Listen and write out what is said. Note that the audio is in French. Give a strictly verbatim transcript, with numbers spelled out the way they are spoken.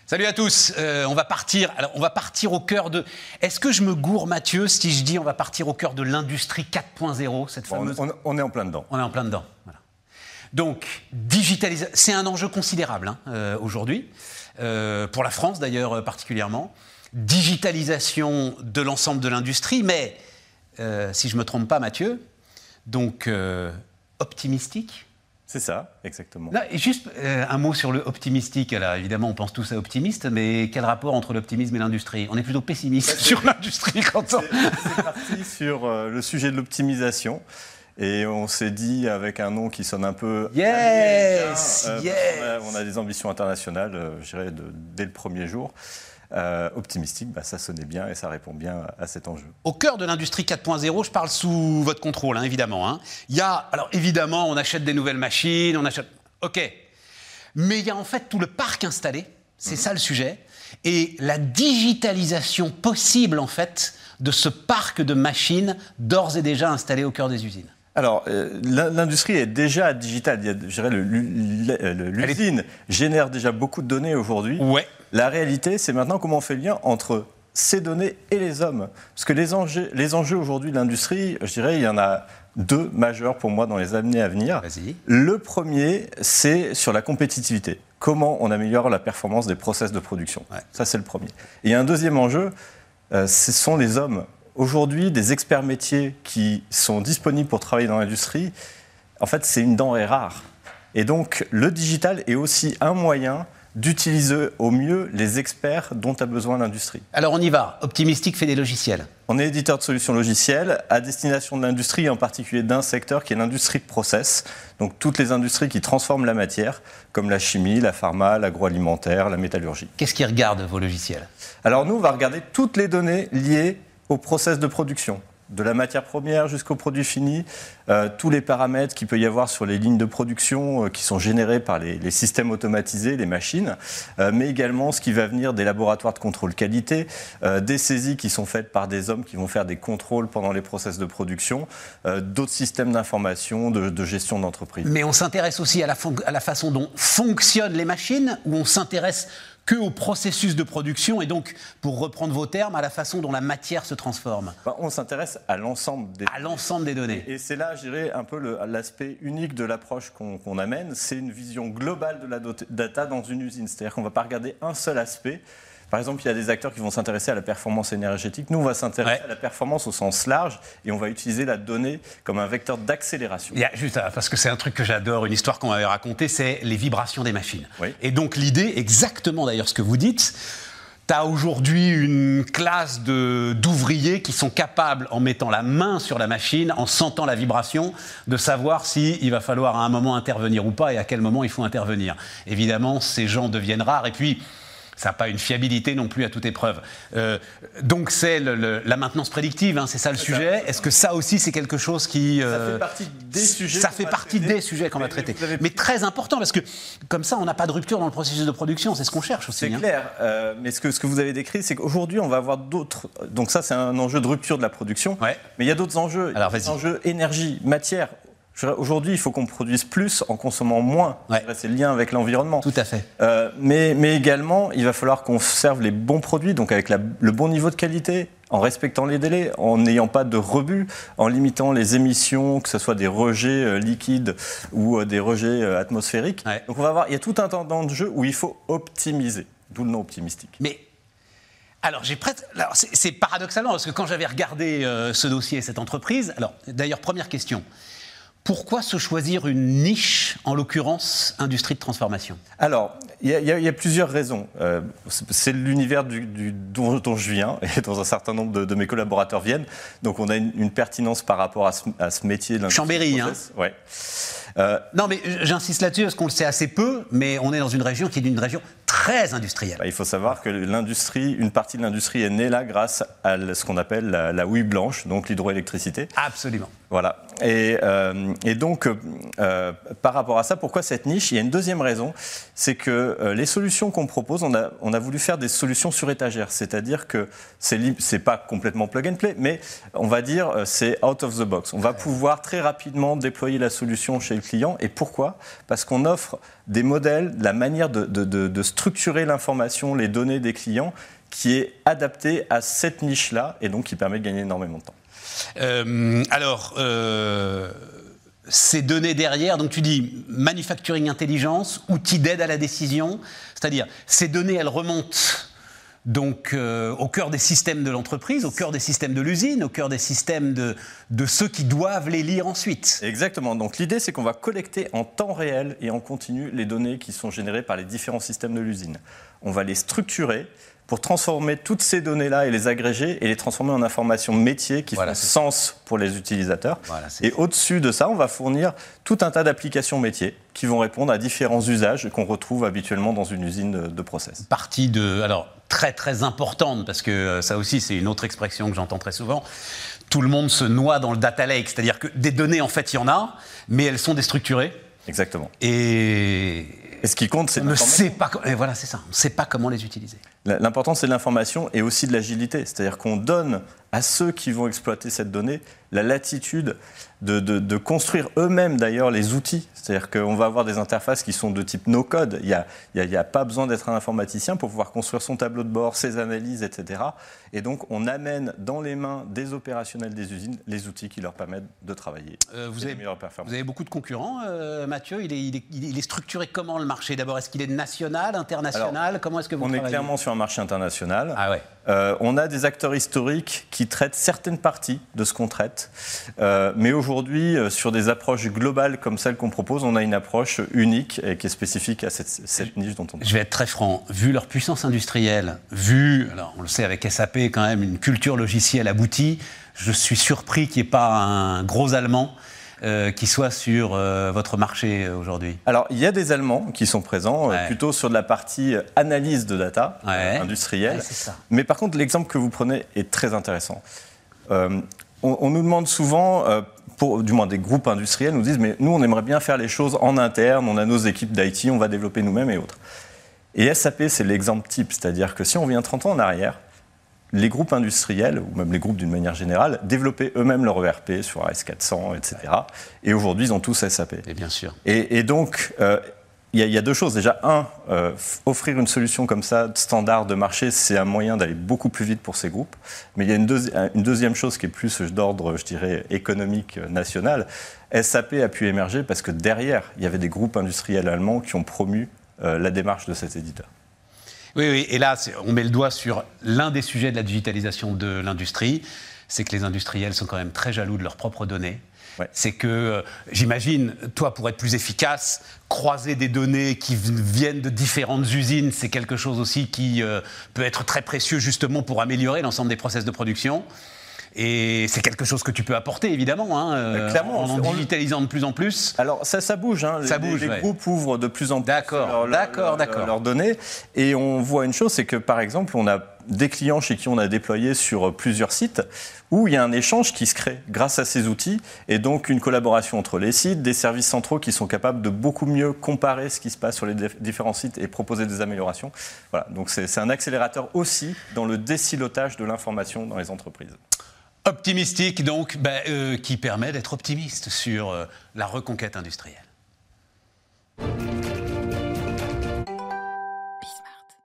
Salut à tous, euh, on va partir, alors on va partir au cœur de... Est-ce que je me gourre, Mathieu, si je dis on va partir au cœur de l'industrie quatre point zéro, cette fameuse... On, on, on est en plein dedans. On est en plein dedans, voilà. Donc, digitalisation, c'est un enjeu considérable hein, euh, aujourd'hui, euh, pour la France d'ailleurs euh, particulièrement. Digitalisation de l'ensemble de l'industrie, mais, euh, si je ne me trompe pas, Mathieu, donc euh, optimistique. C'est ça, exactement. Là, juste euh, un mot sur le optimistique. Alors, évidemment, on pense tous à optimiste, mais quel rapport entre l'optimisme et l'industrie ? On est plutôt pessimiste sur l'industrie quand on... C'est, c'est parti sur euh, le sujet de l'optimisation. Et on s'est dit, avec un nom qui sonne un peu... Yes, euh, yes. On a, on a des ambitions internationales, euh, je dirais, de, dès le premier jour. Euh, optimistique, bah, ça sonnait bien et ça répond bien à cet enjeu. Au cœur de l'industrie quatre point zéro, je parle sous votre contrôle, hein, évidemment. Hein. Il y a, alors évidemment, on achète des nouvelles machines, on achète... OK. Mais il y a en fait tout le parc installé, c'est mmh. ça le sujet, et la digitalisation possible, en fait, de ce parc de machines d'ores et déjà installées au cœur des usines. Alors, euh, l'industrie est déjà digitale. Il y a, je dirais, le, le, l'usine est... génère déjà beaucoup de données aujourd'hui. Ouais. La réalité, c'est maintenant comment on fait le lien entre ces données et les hommes. Parce que les enjeux, les enjeux aujourd'hui de l'industrie, je dirais, il y en a deux majeurs pour moi dans les années à venir. Vas-y. Le premier, c'est sur la compétitivité. Comment on améliore la performance des process de production. Ouais. Ça, c'est le premier. Et il y a un deuxième enjeu, euh, ce sont les hommes. Aujourd'hui, des experts métiers qui sont disponibles pour travailler dans l'industrie, en fait, c'est une denrée rare. Et donc, le digital est aussi un moyen d'utiliser au mieux les experts dont a besoin l'industrie. Alors, on y va. Optimistic fait des logiciels. On est éditeur de solutions logicielles à destination de l'industrie, en particulier d'un secteur qui est l'industrie de process. Donc, toutes les industries qui transforment la matière, comme la chimie, la pharma, l'agroalimentaire, la métallurgie. Qu'est-ce qui regarde vos logiciels ? Alors, nous, on va regarder toutes les données liées au process de production, de la matière première jusqu'au produit fini, euh, tous les paramètres qu'il peut y avoir sur les lignes de production euh, qui sont générés par les, les systèmes automatisés, les machines, euh, mais également ce qui va venir des laboratoires de contrôle qualité, euh, des saisies qui sont faites par des hommes qui vont faire des contrôles pendant les process de production, euh, d'autres systèmes d'information, de, de gestion d'entreprise. Mais on s'intéresse aussi à la, fon- à la façon dont fonctionnent les machines, ou on s'intéresse que au processus de production et donc, pour reprendre vos termes, à la façon dont la matière se transforme. Ben, on s'intéresse à l'ensemble des à l'ensemble des données. Et c'est là, je dirais, un peu le, l'aspect unique de l'approche qu'on, qu'on amène. C'est une vision globale de la data dans une usine. C'est-à-dire qu'on ne va pas regarder un seul aspect. Par exemple, il y a des acteurs qui vont s'intéresser à la performance énergétique. Nous, on va s'intéresser ouais. à la performance au sens large et on va utiliser la donnée comme un vecteur d'accélération. Il y a juste, parce que c'est un truc que j'adore, une histoire qu'on m'avait racontée, c'est les vibrations des machines. Oui. Et donc l'idée, exactement d'ailleurs ce que vous dites, tu as aujourd'hui une classe de, d'ouvriers qui sont capables, en mettant la main sur la machine, en sentant la vibration, de savoir s'il va falloir à un moment intervenir ou pas et à quel moment il faut intervenir. Évidemment, ces gens deviennent rares et puis... ça n'a pas une fiabilité non plus à toute épreuve. Euh, donc c'est le, le, la maintenance prédictive, hein, c'est ça le c'est sujet. Ça. Est-ce que ça aussi c'est quelque chose qui... Euh, ça fait partie des sujets Ça fait partie traiter, des sujets qu'on va traiter. Mais, mais très important, parce que comme ça on n'a pas de rupture dans le processus de production, c'est ce qu'on cherche aussi. C'est hein. clair, euh, mais ce que, ce que vous avez décrit, c'est qu'aujourd'hui on va avoir d'autres... Donc ça c'est un enjeu de rupture de la production, ouais. mais il y a d'autres enjeux. Alors, il y a des enjeux énergie, matière. Aujourd'hui, il faut qu'on produise plus en consommant moins. Ouais. C'est le lien avec l'environnement. Tout à fait. Euh, mais, mais également, il va falloir qu'on serve les bons produits, donc avec la, le bon niveau de qualité, en respectant les délais, en n'ayant pas de rebut, en limitant les émissions, que ce soit des rejets euh, liquides ou euh, des rejets euh, atmosphériques. Ouais. Donc on va voir, il y a tout un temps d'enjeu où il faut optimiser, d'où le nom optimistique. Mais alors, j'ai presque... alors c'est, c'est paradoxalement, parce que quand j'avais regardé euh, ce dossier et cette entreprise, alors d'ailleurs, première question. Pourquoi se choisir une niche, en l'occurrence, industrie de transformation ? Alors, il y, y, y a plusieurs raisons. Euh, c'est l'univers du, du, dont, dont je viens et dont un certain nombre de, de mes collaborateurs viennent. Donc, on a une, une pertinence par rapport à ce, à ce métier. Chambéry, hein ? Ouais. Euh, non, mais j'insiste là-dessus parce qu'on le sait assez peu, mais on est dans une région qui est une région très industrielle. Bah, il faut savoir que l'industrie, une partie de l'industrie est née là grâce à ce qu'on appelle la, la houille blanche, donc l'hydroélectricité. Absolument. Voilà. Et, euh, et donc, euh, par rapport à ça, pourquoi cette niche ? Il y a une deuxième raison, c'est que euh, les solutions qu'on propose, on a, on a voulu faire des solutions sur étagère, c'est-à-dire que c'est, li- c'est pas complètement plug and play, mais on va dire c'est out of the box. On va pouvoir très rapidement déployer la solution chez le client. Et pourquoi ? Parce qu'on offre des modèles, la manière de, de, de, de structurer l'information, les données des clients, qui est adaptée à cette niche-là et donc qui permet de gagner énormément de temps. Euh, alors, euh, ces données derrière, donc tu dis manufacturing intelligence, outils d'aide à la décision, c'est-à-dire ces données, elles remontent donc euh, au cœur des systèmes de l'entreprise, au cœur des systèmes de l'usine, au cœur des systèmes de, de ceux qui doivent les lire ensuite. Exactement. Donc l'idée, c'est qu'on va collecter en temps réel et en continu les données qui sont générées par les différents systèmes de l'usine. On va les structurer pour transformer toutes ces données-là et les agréger et les transformer en informations métiers qui voilà, font sens pour les utilisateurs. Voilà, et au-dessus de ça, on va fournir tout un tas d'applications métiers qui vont répondre à différents usages qu'on retrouve habituellement dans une usine de, de process. Partie de, alors très très importante, parce que ça aussi c'est une autre expression que j'entends très souvent, tout le monde se noie dans le data lake, c'est-à-dire que des données en fait il y en a, mais elles sont déstructurées. Exactement. Et... Et ce qui compte, c'est on ne sait pas. Et voilà, c'est ça. On ne sait pas comment les utiliser. L'important, c'est de l'information et aussi de l'agilité. C'est-à-dire qu'on donne à ceux qui vont exploiter cette donnée la latitude de, de, de construire eux-mêmes d'ailleurs les outils. C'est-à-dire qu'on va avoir des interfaces qui sont de type no-code. Il n'y a, il y a, il y a pas besoin d'être un informaticien pour pouvoir construire son tableau de bord, ses analyses, et cetera. Et donc, on amène dans les mains des opérationnels des usines les outils qui leur permettent de travailler. Euh, vous, avez, vous avez beaucoup de concurrents, euh, Mathieu. Il est, il, est, il est structuré comment le marché ? D'abord, est-ce qu'il est national, international ? Alors, comment est-ce que vous on travaillez ? est clairement sur un marché international. Ah ouais. Euh, on a des acteurs historiques qui traitent certaines parties de ce qu'on traite. Euh, mais aujourd'hui, euh, sur des approches globales comme celle qu'on propose, on a une approche unique et qui est spécifique à cette, cette niche dont on parle. Je vais être très franc. Vu leur puissance industrielle, vu, alors on le sait avec S A P quand même, une culture logicielle aboutie, je suis surpris qu'il n'y ait pas un gros Allemand Euh, qui soit sur euh, votre marché euh, aujourd'hui. Alors, il y a des Allemands qui sont présents, ouais. euh, plutôt sur de la partie analyse de data ouais. euh, industrielle. Ouais, c'est ça. Mais par contre, l'exemple que vous prenez est très intéressant. Euh, on, on nous demande souvent, euh, pour, du moins des groupes industriels nous disent, mais nous, on aimerait bien faire les choses en interne, on a nos équipes d'I T, on va développer nous-mêmes et autres. Et S A P, c'est l'exemple type, c'est-à-dire que si on vient trente ans en arrière, les groupes industriels, ou même les groupes d'une manière générale, développaient eux-mêmes leur E R P sur A S quatre cents, et cetera. Et aujourd'hui, ils ont tous S A P. Et bien sûr. Et, et donc, il euh, y, y a deux choses. Déjà, un, euh, offrir une solution comme ça, standard de marché, c'est un moyen d'aller beaucoup plus vite pour ces groupes. Mais il y a une, deuxi- une deuxième chose qui est plus d'ordre, je dirais, économique, national. S A P a pu émerger parce que derrière, il y avait des groupes industriels allemands qui ont promu euh, la démarche de cet éditeur. Oui, oui, et là, on met le doigt sur l'un des sujets de la digitalisation de l'industrie, c'est que les industriels sont quand même très jaloux de leurs propres données. Ouais. C'est que, euh, j'imagine, toi, pour être plus efficace, croiser des données qui viennent de différentes usines, c'est quelque chose aussi qui euh, peut être très précieux justement pour améliorer l'ensemble des process de production. Et c'est quelque chose que tu peux apporter, évidemment, hein, euh, clairement, en, en digitalisant de plus en plus. Alors, ça, ça bouge. Hein. Ça les, bouge, les ouais. groupes ouvrent de plus en plus d'accord, leur, d'accord, leur, d'accord. leurs données. Et on voit une chose, c'est que, par exemple, on a des clients chez qui on a déployé sur plusieurs sites où il y a un échange qui se crée grâce à ces outils et donc une collaboration entre les sites, des services centraux qui sont capables de beaucoup mieux comparer ce qui se passe sur les différents sites et proposer des améliorations. Voilà, donc c'est, c'est un accélérateur aussi dans le désilotage de l'information dans les entreprises. Optimistique, donc, ben, euh, qui permet d'être optimiste sur euh, la reconquête industrielle.